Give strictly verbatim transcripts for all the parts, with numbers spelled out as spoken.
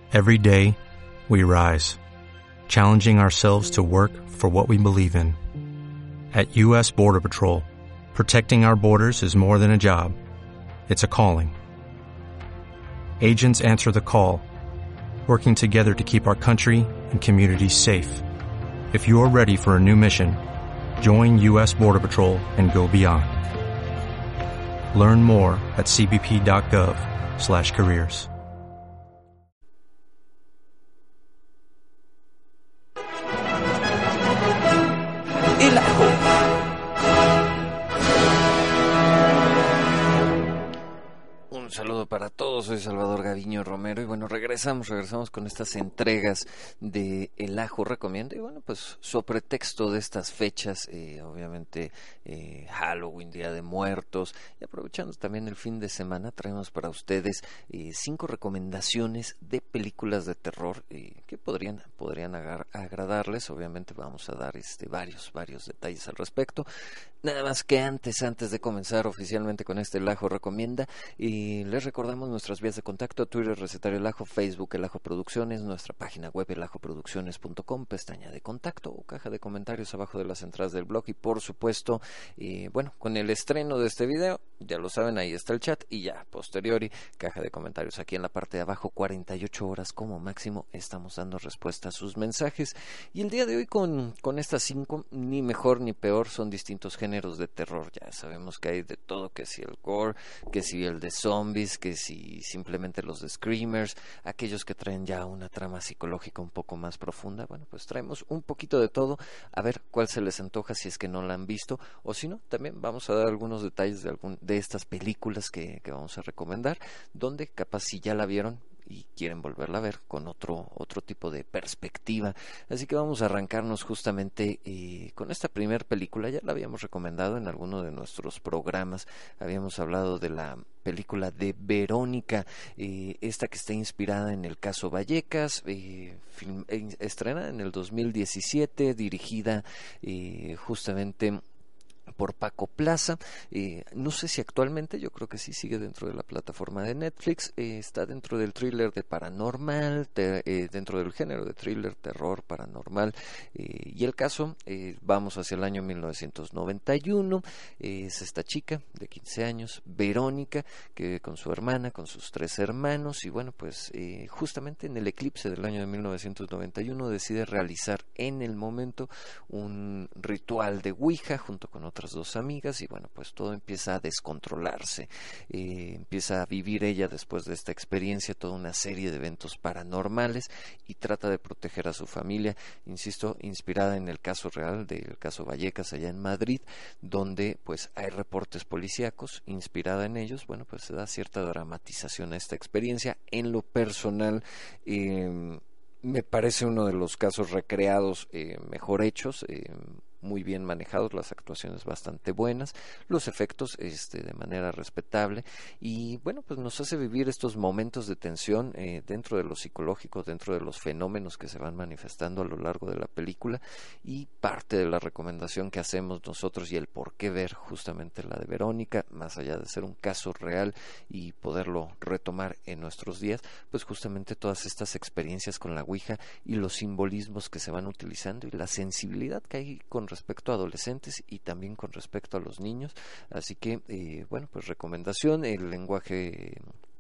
Every day, we rise, challenging ourselves to work for what we believe in. At U S Border Patrol, protecting our borders is more than a job. It's a calling. Agents answer the call, working together to keep our country and communities safe. If you're ready for a new mission, join U S Border Patrol and go beyond. Learn more at cbp.gov slash careers. El Ajo. Un saludo para todos, soy Salvador Gaviño Romero y bueno, regresamos, regresamos con estas entregas de El Ajo Recomienda y bueno, pues sobre texto de estas fechas, eh, obviamente eh, Halloween, Día de Muertos y aprovechando también el fin de semana, traemos para ustedes eh, cinco recomendaciones de películas de terror eh, que podrían, podrían agar, agradarles, obviamente vamos a dar este varios, varios detalles al respecto. Nada más que antes, antes de comenzar oficialmente con este El Ajo Recomienda, y les recordamos nuestras vías de contacto: Twitter, Recetario El Ajo, Facebook El Ajo Producciones, nuestra página web el ajo producciones punto com, pestaña de contacto o caja de comentarios abajo de las entradas del blog y por supuesto, eh, bueno, con el estreno de este video, ya lo saben, ahí está el chat y ya, posteriori, caja de comentarios aquí en la parte de abajo, cuarenta y ocho horas como máximo, estamos dando respuesta a sus mensajes y el día de hoy con, con estas cinco, ni mejor ni peor, son distintos géneros géneros de terror. Ya sabemos que hay de todo, que si el gore, que si el de zombies, que si simplemente los de screamers, aquellos que traen ya una trama psicológica un poco más profunda. Bueno, pues traemos un poquito de todo, a ver cuál se les antoja si es que no la han visto, o si no, también vamos a dar algunos detalles de, algún, de estas películas que, que vamos a recomendar, donde capaz si ya la vieron y quieren volverla a ver con otro otro tipo de perspectiva. Así que vamos a arrancarnos justamente eh, con esta primer película. Ya la habíamos recomendado en alguno de nuestros programas. Habíamos hablado de la película de Verónica, eh, esta que está inspirada en el caso Vallecas, eh, film, eh, estrenada en el dos mil diecisiete, dirigida eh, justamente por Paco Plaza. Eh, no sé si actualmente, yo creo que sí sigue dentro de la plataforma de Netflix, eh, está dentro del thriller de paranormal, te, eh, dentro del género de thriller, terror, paranormal, eh, y el caso, eh, vamos hacia el año mil novecientos noventa y uno, eh, es esta chica de quince años, Verónica, que vive con su hermana, con sus tres hermanos, y bueno, pues eh, justamente en el eclipse del año de mil novecientos noventa y uno decide realizar en el momento un ritual de Ouija junto con otras dos amigas y bueno, pues todo empieza a descontrolarse, eh, empieza a vivir ella después de esta experiencia toda una serie de eventos paranormales y trata de proteger a su familia, insisto, inspirada en el caso real del caso Vallecas allá en Madrid, donde pues hay reportes policíacos, inspirada en ellos, bueno, pues se da cierta dramatización a esta experiencia. En lo personal, eh, me parece uno de los casos recreados eh, mejor hechos, eh, muy bien manejados, las actuaciones bastante buenas, los efectos este, de manera respetable y bueno, pues nos hace vivir estos momentos de tensión eh, dentro de lo psicológico, dentro de los fenómenos que se van manifestando a lo largo de la película y parte de la recomendación que hacemos nosotros y el por qué ver justamente la de Verónica, más allá de ser un caso real y poderlo retomar en nuestros días, pues justamente todas estas experiencias con la Ouija y los simbolismos que se van utilizando y la sensibilidad que hay con respecto a adolescentes y también con respecto a los niños, así que eh, bueno, pues recomendación, el lenguaje,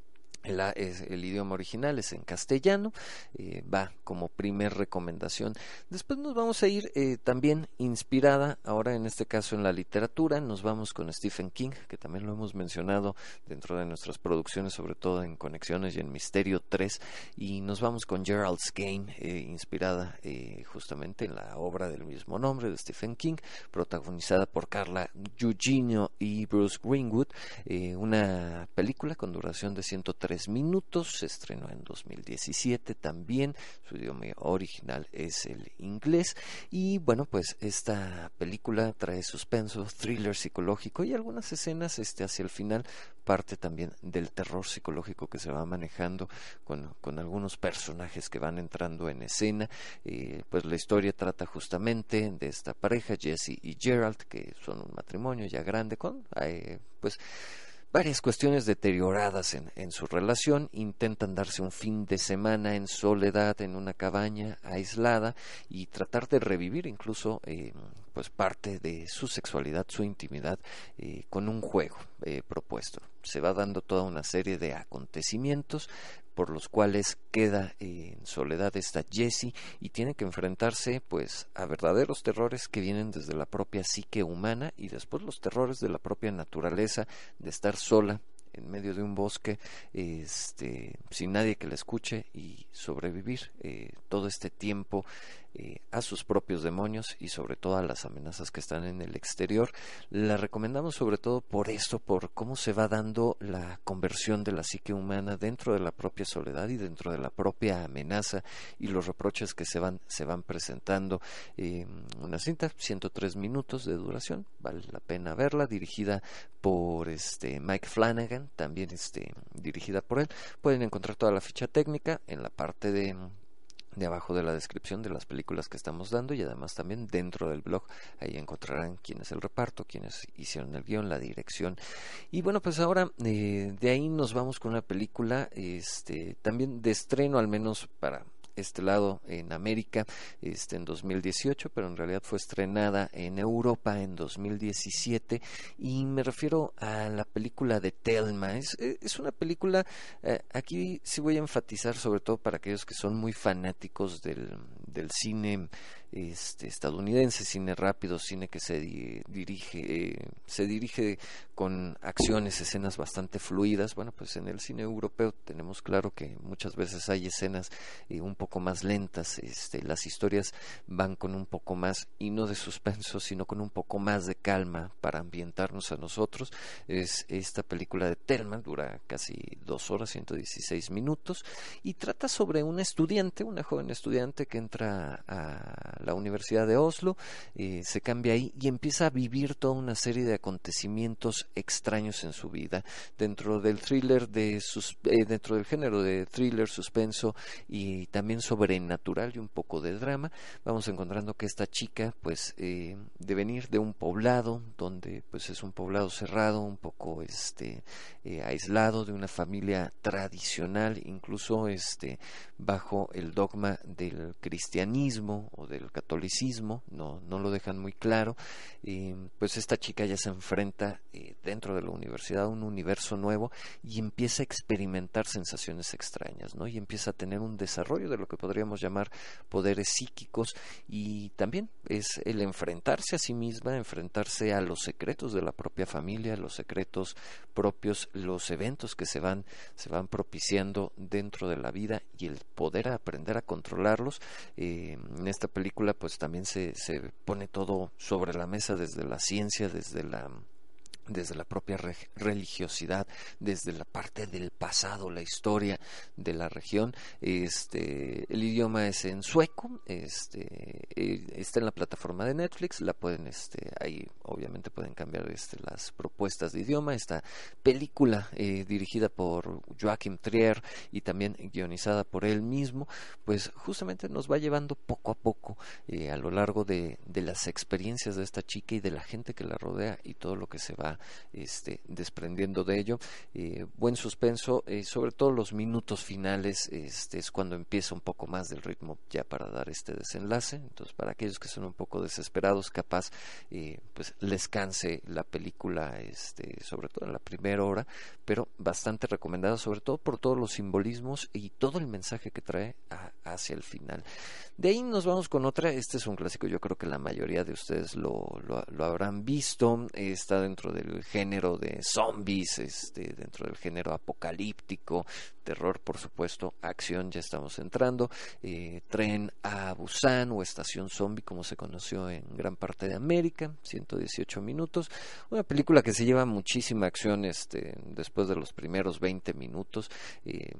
el, es, el idioma original es en castellano, eh, va como primer recomendación. Después nos vamos a ir eh, también inspirada, ahora en este caso en la literatura, nos vamos con Stephen King, que también lo hemos mencionado dentro de nuestras producciones, sobre todo en Conexiones y en Misterio tres, y nos vamos con Gerald's Game, eh, inspirada eh, justamente en la obra del mismo nombre de Stephen King, protagonizada por Carla Gugino y Bruce Greenwood, eh, una película con duración de ciento tres minutos, se estrenó en dos mil diecisiete también, su idioma original es el inglés y bueno, pues esta película trae suspenso, thriller psicológico y algunas escenas este hacia el final, parte también del terror psicológico que se va manejando con, con algunos personajes que van entrando en escena. Eh, pues la historia trata justamente de esta pareja, Jesse y Gerald, que son un matrimonio ya grande con eh, pues varias cuestiones deterioradas en, en su relación, intentan darse un fin de semana en soledad en una cabaña aislada y tratar de revivir incluso eh, pues parte de su sexualidad, su intimidad eh, con un juego eh, propuesto. Se va dando toda una serie de acontecimientos por los cuales queda eh, en soledad esta Jessie y tiene que enfrentarse pues a verdaderos terrores que vienen desde la propia psique humana y después los terrores de la propia naturaleza, de estar sola en medio de un bosque, este, sin nadie que la escuche y sobrevivir eh, todo este tiempo eh, a sus propios demonios y sobre todo a las amenazas que están en el exterior. La recomendamos sobre todo por esto, por cómo se va dando la conversión de la psique humana dentro de la propia soledad y dentro de la propia amenaza y los reproches que se van, se van presentando. Eh, una cinta, ciento tres minutos de duración, vale la pena verla, dirigida por este Mike Flanagan, también este, dirigida por él. Pueden encontrar toda la ficha técnica en la parte de de abajo de la descripción de las películas que estamos dando y además también dentro del blog ahí encontrarán quién es el reparto, quiénes hicieron el guión, la dirección. Y bueno, pues ahora eh, de ahí nos vamos con una película este también de estreno, al menos para este lado en América, este en dos mil dieciocho, pero en realidad fue estrenada en Europa en dos mil diecisiete, y me refiero a la película de Thelma. Es, es una película, eh, aquí sí voy a enfatizar sobre todo para aquellos que son muy fanáticos del, del cine este, estadounidense, cine rápido, cine que se di, dirige, eh, se dirige con acciones, escenas bastante fluidas. Bueno, pues en el cine europeo tenemos claro que muchas veces hay escenas eh, un poco más lentas, este, las historias van con un poco más, y no de suspenso, sino con un poco más de calma para ambientarnos a nosotros. Es esta película de Thelma, dura casi dos horas, ciento dieciséis minutos, y trata sobre una estudiante, una joven estudiante que entra a la Universidad de Oslo, eh, se cambia ahí y empieza a vivir toda una serie de acontecimientos extraños en su vida, dentro del thriller de sus, eh, dentro del género de thriller, suspenso y también sobrenatural y un poco de drama. Vamos encontrando que esta chica pues eh, de venir de un poblado donde pues es un poblado cerrado, un poco este eh, aislado, de una familia tradicional, incluso este bajo el dogma del cristianismo o del catolicismo, no, no lo dejan muy claro. Eh, pues esta chica ya se enfrenta eh, dentro de la universidad a un universo nuevo y empieza a experimentar sensaciones extrañas, ¿no? Y empieza a tener un desarrollo de lo que podríamos llamar poderes psíquicos, y también es el enfrentarse a sí misma, enfrentarse a los secretos de la propia familia, los secretos propios, los eventos que se van, se van propiciando dentro de la vida y el poder aprender a controlarlos. Eh, en esta película pues también se, se pone todo sobre la mesa, desde la ciencia, desde la desde la propia re religiosidad, desde la parte del pasado, la historia de la región. Este, el idioma es en sueco, este, eh, está en la plataforma de Netflix, la pueden, este, ahí obviamente pueden cambiar este, las propuestas de idioma. Esta película eh, dirigida por Joachim Trier y también guionizada por él mismo, pues justamente nos va llevando poco a poco eh, a lo largo de, de las experiencias de esta chica y de la gente que la rodea y todo lo que se va Este, desprendiendo de ello. Eh, buen suspenso, eh, sobre todo los minutos finales, este, es cuando empieza un poco más del ritmo ya para dar este desenlace. Entonces, para aquellos que son un poco desesperados, capaz eh, pues les canse la película, este, sobre todo en la primera hora, pero bastante recomendada, sobre todo por todos los simbolismos y todo el mensaje que trae a, hacia el final. De ahí nos vamos con otra. Este es un clásico, yo creo que la mayoría de ustedes lo, lo, lo habrán visto. Eh, está dentro del género de zombies, este, dentro del género apocalíptico, terror, por supuesto, acción, ya estamos entrando. Eh, Tren a Busan, o Estación Zombie, como se conoció en gran parte de América, ciento dieciocho minutos. Una película que se lleva muchísima acción este, después de los primeros veinte minutos. Eh,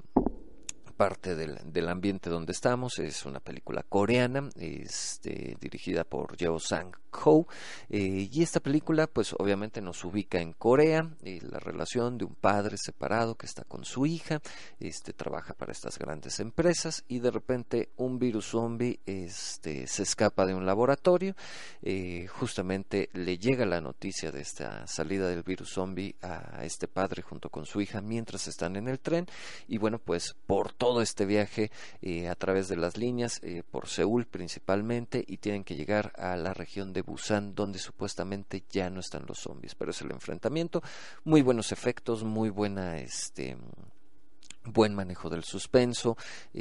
parte del, del ambiente donde estamos. Es una película coreana, este, dirigida por Yeo Sang Ho, eh, y esta película pues obviamente nos ubica en Corea, eh, la relación de un padre separado que está con su hija, este trabaja para estas grandes empresas y de repente un virus zombie este, se escapa de un laboratorio, eh, justamente le llega la noticia de esta salida del virus zombie a este padre junto con su hija mientras están en el tren y bueno pues por todo este viaje eh, a través de las líneas, eh, por Seúl principalmente y tienen que llegar a la región de Busan donde supuestamente ya no están los zombies, pero es el enfrentamiento, muy buenos efectos, muy buena este buen manejo del suspenso,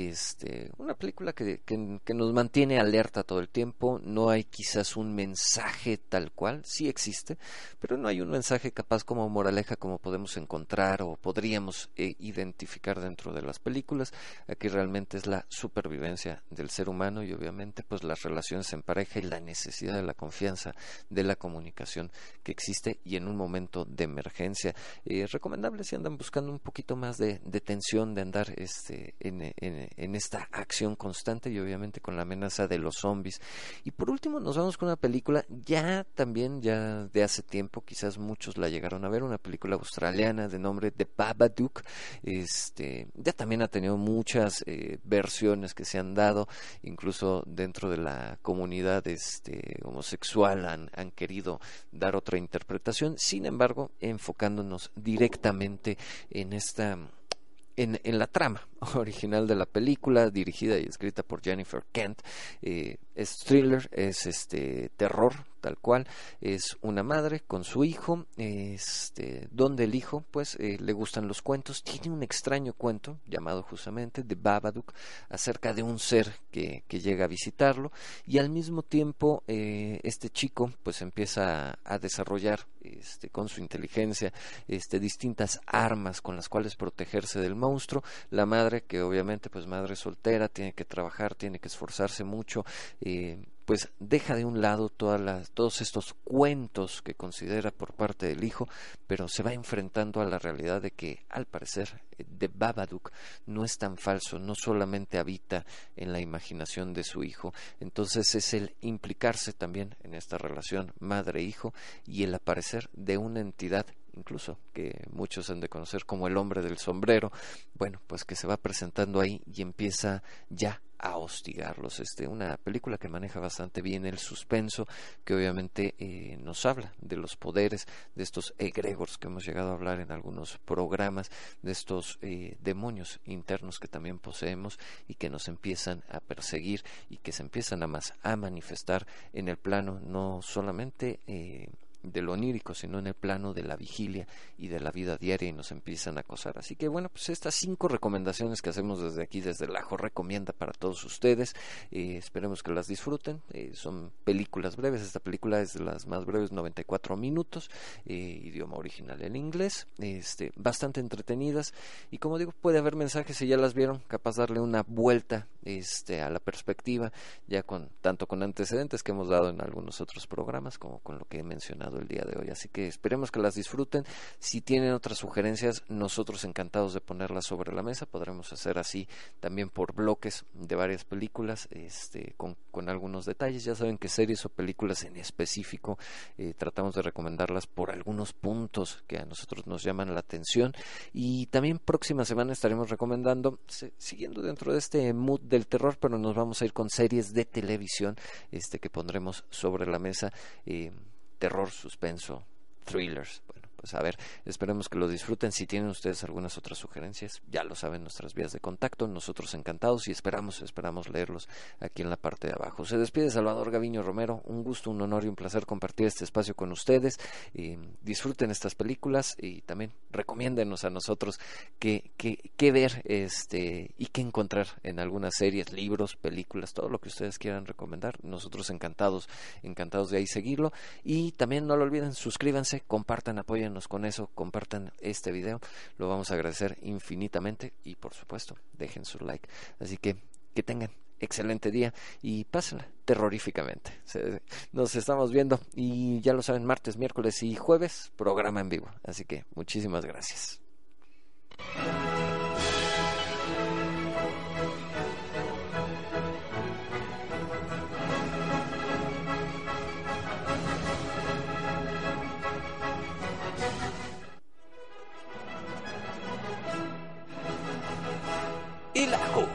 este, una película que, que, que nos mantiene alerta todo el tiempo. No hay quizás un mensaje tal cual, sí existe, pero no hay un mensaje capaz como moraleja como podemos encontrar o podríamos eh, identificar dentro de las películas. Aquí realmente es la supervivencia del ser humano y obviamente pues las relaciones en pareja y la necesidad de la confianza, de la comunicación que existe y en un momento de emergencia. Eh, recomendable si andan buscando un poquito más de, de tensión, de andar este, en, en, en esta acción constante y obviamente con la amenaza de los zombies. Y por último nos vamos con una película ya también ya de hace tiempo, quizás muchos la llegaron a ver, una película australiana de nombre The Babadook. Este, ya también ha tenido muchas eh, versiones que se han dado, incluso dentro de la comunidad este, homosexual han, han querido dar otra interpretación, sin embargo enfocándonos directamente en esta En, en la trama original de la película, dirigida y escrita por Jennifer Kent. Eh, es thriller, es este terror tal cual, es una madre con su hijo, este, donde el hijo pues eh, le gustan los cuentos, tiene un extraño cuento llamado justamente The Babadook acerca de un ser que, que llega a visitarlo y al mismo tiempo eh, este chico pues empieza a, a desarrollar este, con su inteligencia este, distintas armas con las cuales protegerse del monstruo. La madre, que obviamente pues madre soltera, tiene que trabajar, tiene que esforzarse mucho, eh, pues deja de un lado todas las, todos estos cuentos que considera por parte del hijo, pero se va enfrentando a la realidad de que al parecer The Babadook no es tan falso, no solamente habita en la imaginación de su hijo. Entonces es el implicarse también en esta relación madre-hijo y el aparecer de una entidad incluso que muchos han de conocer como el hombre del sombrero, bueno, pues que se va presentando ahí y empieza ya a hostigarlos. Este, una película que maneja bastante bien el suspenso, que obviamente eh, nos habla de los poderes de estos egregores que hemos llegado a hablar en algunos programas, de estos eh, demonios internos que también poseemos y que nos empiezan a perseguir y que se empiezan a más a manifestar en el plano no solamente eh, de lo onírico, sino en el plano de la vigilia y de la vida diaria y nos empiezan a acosar. Así que bueno, pues estas cinco recomendaciones que hacemos desde aquí, desde el Ajo Recomienda para todos ustedes, eh, esperemos que las disfruten. Eh, son películas breves, esta película es de las más breves, noventa y cuatro minutos, eh, idioma original en inglés, este, bastante entretenidas y como digo, puede haber mensajes si ya las vieron, capaz darle una vuelta este, a la perspectiva, ya con tanto con antecedentes que hemos dado en algunos otros programas como con lo que he mencionado el día de hoy. Así que esperemos que las disfruten. Si tienen otras sugerencias, nosotros encantados de ponerlas sobre la mesa. Podremos hacer así también por bloques de varias películas, este, con, con algunos detalles. Ya saben que series o películas en específico eh, tratamos de recomendarlas por algunos puntos que a nosotros nos llaman la atención. Y también próxima semana estaremos recomendando, se, siguiendo dentro de este mood del terror, pero nos vamos a ir con series de televisión este, que pondremos sobre la mesa. Eh, terror, suspenso, thrillers. Bueno, pues a ver, esperemos que lo disfruten. Si tienen ustedes algunas otras sugerencias, ya lo saben, nuestras vías de contacto, nosotros encantados y esperamos, esperamos leerlos aquí en la parte de abajo. Se despide Salvador Gaviño Romero, un gusto, un honor y un placer compartir este espacio con ustedes. Eh, disfruten estas películas y también recomiéndenos a nosotros qué, qué, qué ver este y qué encontrar en algunas series, libros, películas, todo lo que ustedes quieran recomendar. Nosotros encantados, encantados de ahí seguirlo. Y también no lo olviden, suscríbanse, compartan, apoyen con eso, compartan este video, lo vamos a agradecer infinitamente y por supuesto dejen su like. Así que que tengan excelente día y pásenla terroríficamente. Nos estamos viendo y ya lo saben, martes, miércoles y jueves programa en vivo, así que muchísimas gracias. El Ajo.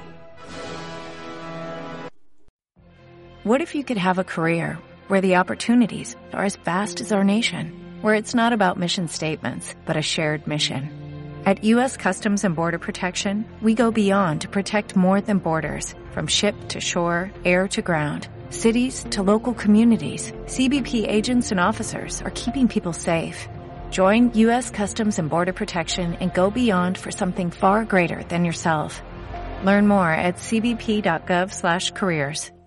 What if you could have a career where the opportunities are as vast as our nation, where it's not about mission statements, but a shared mission? At U S Customs and Border Protection, we go beyond to protect more than borders. From ship to shore, air to ground, cities to local communities, C B P agents and officers are keeping people safe. Join U S Customs and Border Protection and go beyond for something far greater than yourself. Learn more at c b p dot gov slash careers.